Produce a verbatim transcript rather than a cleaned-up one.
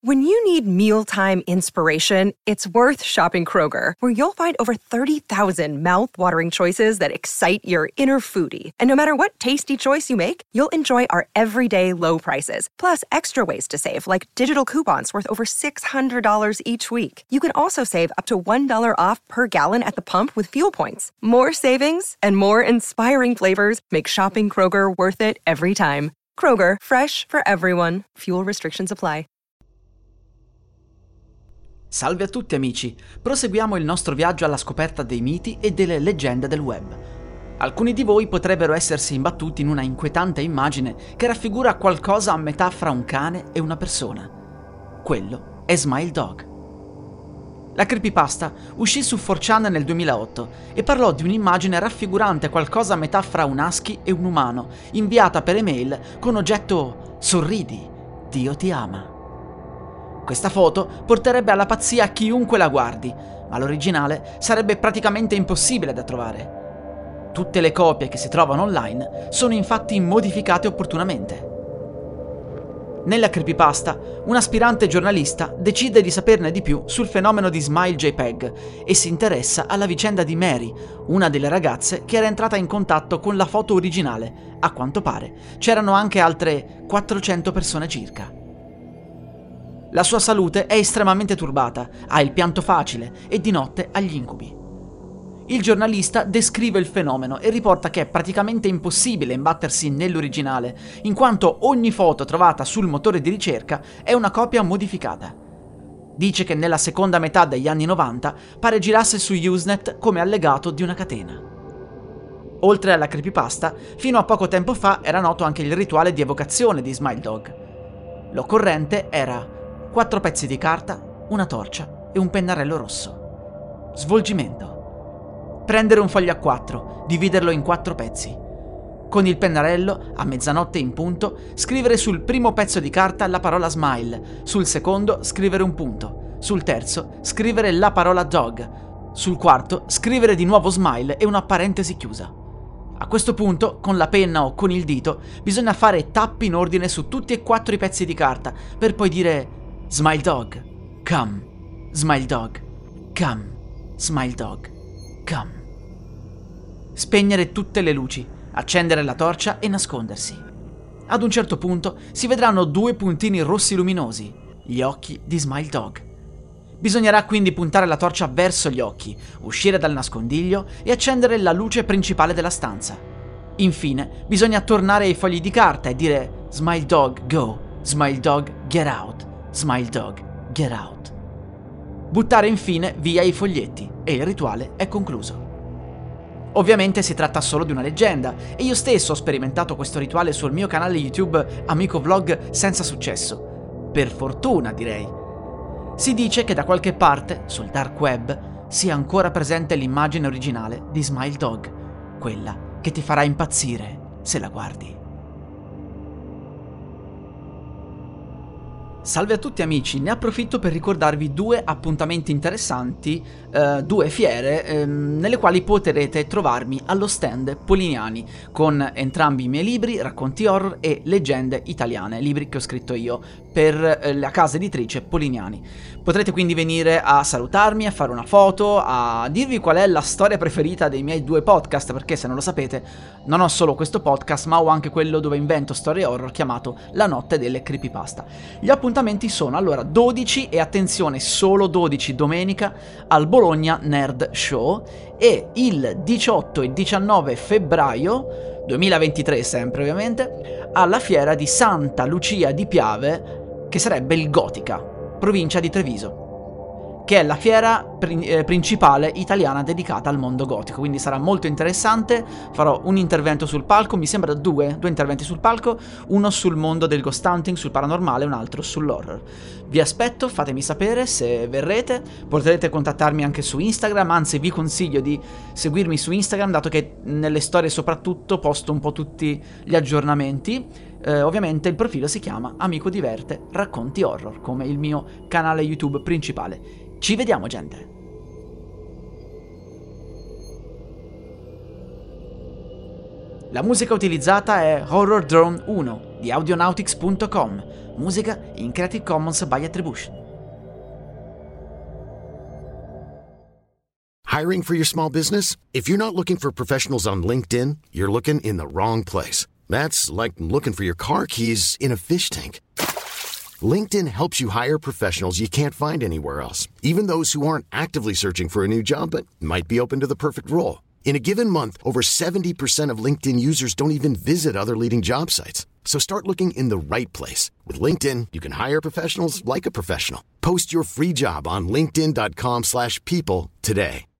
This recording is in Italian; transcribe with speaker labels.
Speaker 1: When you need mealtime inspiration, it's worth shopping Kroger, where you'll find over thirty thousand mouth-watering choices that excite your inner foodie. And no matter what tasty choice you make, you'll enjoy our everyday low prices, plus extra ways to save, like digital coupons worth over six hundred dollars each week. You can also save up to one dollar off per gallon at the pump with fuel points. More savings and more inspiring flavors make shopping Kroger worth it every time. Kroger, fresh for everyone. Fuel restrictions apply.
Speaker 2: Salve a tutti amici, proseguiamo il nostro viaggio alla scoperta dei miti e delle leggende del web. Alcuni di voi potrebbero essersi imbattuti in una inquietante immagine che raffigura qualcosa a metà fra un cane e una persona. Quello è Smile Dog. La creepypasta uscì su four chan nel duemilaotto e parlò di un'immagine raffigurante qualcosa a metà fra un husky e un umano, inviata per email con oggetto "Sorridi, Dio ti ama". Questa foto porterebbe alla pazzia chiunque la guardi, ma l'originale sarebbe praticamente impossibile da trovare. Tutte le copie che si trovano online sono infatti modificate opportunamente. Nella creepypasta, un aspirante giornalista decide di saperne di più sul fenomeno di Smile JPEG e si interessa alla vicenda di Mary, una delle ragazze che era entrata in contatto con la foto originale. A quanto pare, c'erano anche altre quattrocento persone circa. La sua salute è estremamente turbata, ha il pianto facile e di notte ha gli incubi. Il giornalista descrive il fenomeno e riporta che è praticamente impossibile imbattersi nell'originale, in quanto ogni foto trovata sul motore di ricerca è una copia modificata. Dice che nella seconda metà degli anni novanta pare girasse su Usenet come allegato di una catena. Oltre alla creepypasta, fino a poco tempo fa era noto anche il rituale di evocazione di Smile Dog. L'occorrente era quattro pezzi di carta, una torcia e un pennarello rosso. Svolgimento: prendere un foglio a quattro, dividerlo in quattro pezzi. Con il pennarello, a mezzanotte in punto, scrivere sul primo pezzo di carta la parola smile, sul secondo scrivere un punto, sul terzo scrivere la parola dog, sul quarto scrivere di nuovo smile e una parentesi chiusa. A questo punto, con la penna o con il dito, bisogna fare tappi in ordine su tutti e quattro i pezzi di carta, per poi dire Smile Dog, come, Smile Dog, come, Smile Dog, come. Spegnere tutte le luci, accendere la torcia e nascondersi. Ad un certo punto si vedranno due puntini rossi luminosi, gli occhi di Smile Dog. Bisognerà quindi puntare la torcia verso gli occhi, uscire dal nascondiglio e accendere la luce principale della stanza. Infine, bisogna tornare ai fogli di carta e dire Smile Dog, go, Smile Dog, get out. Smile Dog, get out. Buttare infine via i foglietti e il rituale è concluso. Ovviamente si tratta solo di una leggenda e io stesso ho sperimentato questo rituale sul mio canale YouTube Amico Vlog senza successo. Per fortuna, direi. Si dice che da qualche parte, sul dark web, sia ancora presente l'immagine originale di Smile Dog, quella che ti farà impazzire se la guardi. Salve a tutti amici, ne approfitto per ricordarvi due appuntamenti interessanti, eh, due fiere ehm, nelle quali potrete trovarmi allo stand Poliniani con entrambi i miei libri, racconti horror e leggende italiane, libri che ho scritto io per eh, la casa editrice Poliniani. Potrete quindi venire a salutarmi, a fare una foto, a dirvi qual è la storia preferita dei miei due podcast, perché se non lo sapete non ho solo questo podcast ma ho anche quello dove invento storie horror chiamato La notte delle creepypasta. Gli appuntamenti sono allora dodici e attenzione solo dodici domenica al Bologna Nerd Show e il diciotto e diciannove febbraio duemilaventitré sempre ovviamente alla fiera di Santa Lucia di Piave, che sarebbe il Gotica, provincia di Treviso, che è la fiera prin- eh, principale italiana dedicata al mondo gotico, quindi sarà molto interessante. Farò un intervento sul palco, mi sembra due, due interventi sul palco, uno sul mondo del ghost hunting, sul paranormale e un altro sull'horror. Vi aspetto, fatemi sapere se verrete, potrete contattarmi anche su Instagram, anzi vi consiglio di seguirmi su Instagram dato che nelle storie soprattutto posto un po' tutti gli aggiornamenti. Eh, ovviamente il profilo si chiama Amico Diverte Racconti Horror, come il mio canale YouTube principale. Ci vediamo, gente! La musica utilizzata è Horror Drone uno di audionautics punto com, musica in Creative Commons by Attribution.
Speaker 3: Hiring for your small business? If you're not looking for professionals on LinkedIn, you're looking in the wrong place. That's like looking for your car keys in a fish tank. LinkedIn helps you hire professionals you can't find anywhere else, even those who aren't actively searching for a new job but might be open to the perfect role. In a given month, over seventy percent of LinkedIn users don't even visit other leading job sites. So start looking in the right place. With LinkedIn, you can hire professionals like a professional. Post your free job on linkedin dot com slash people today.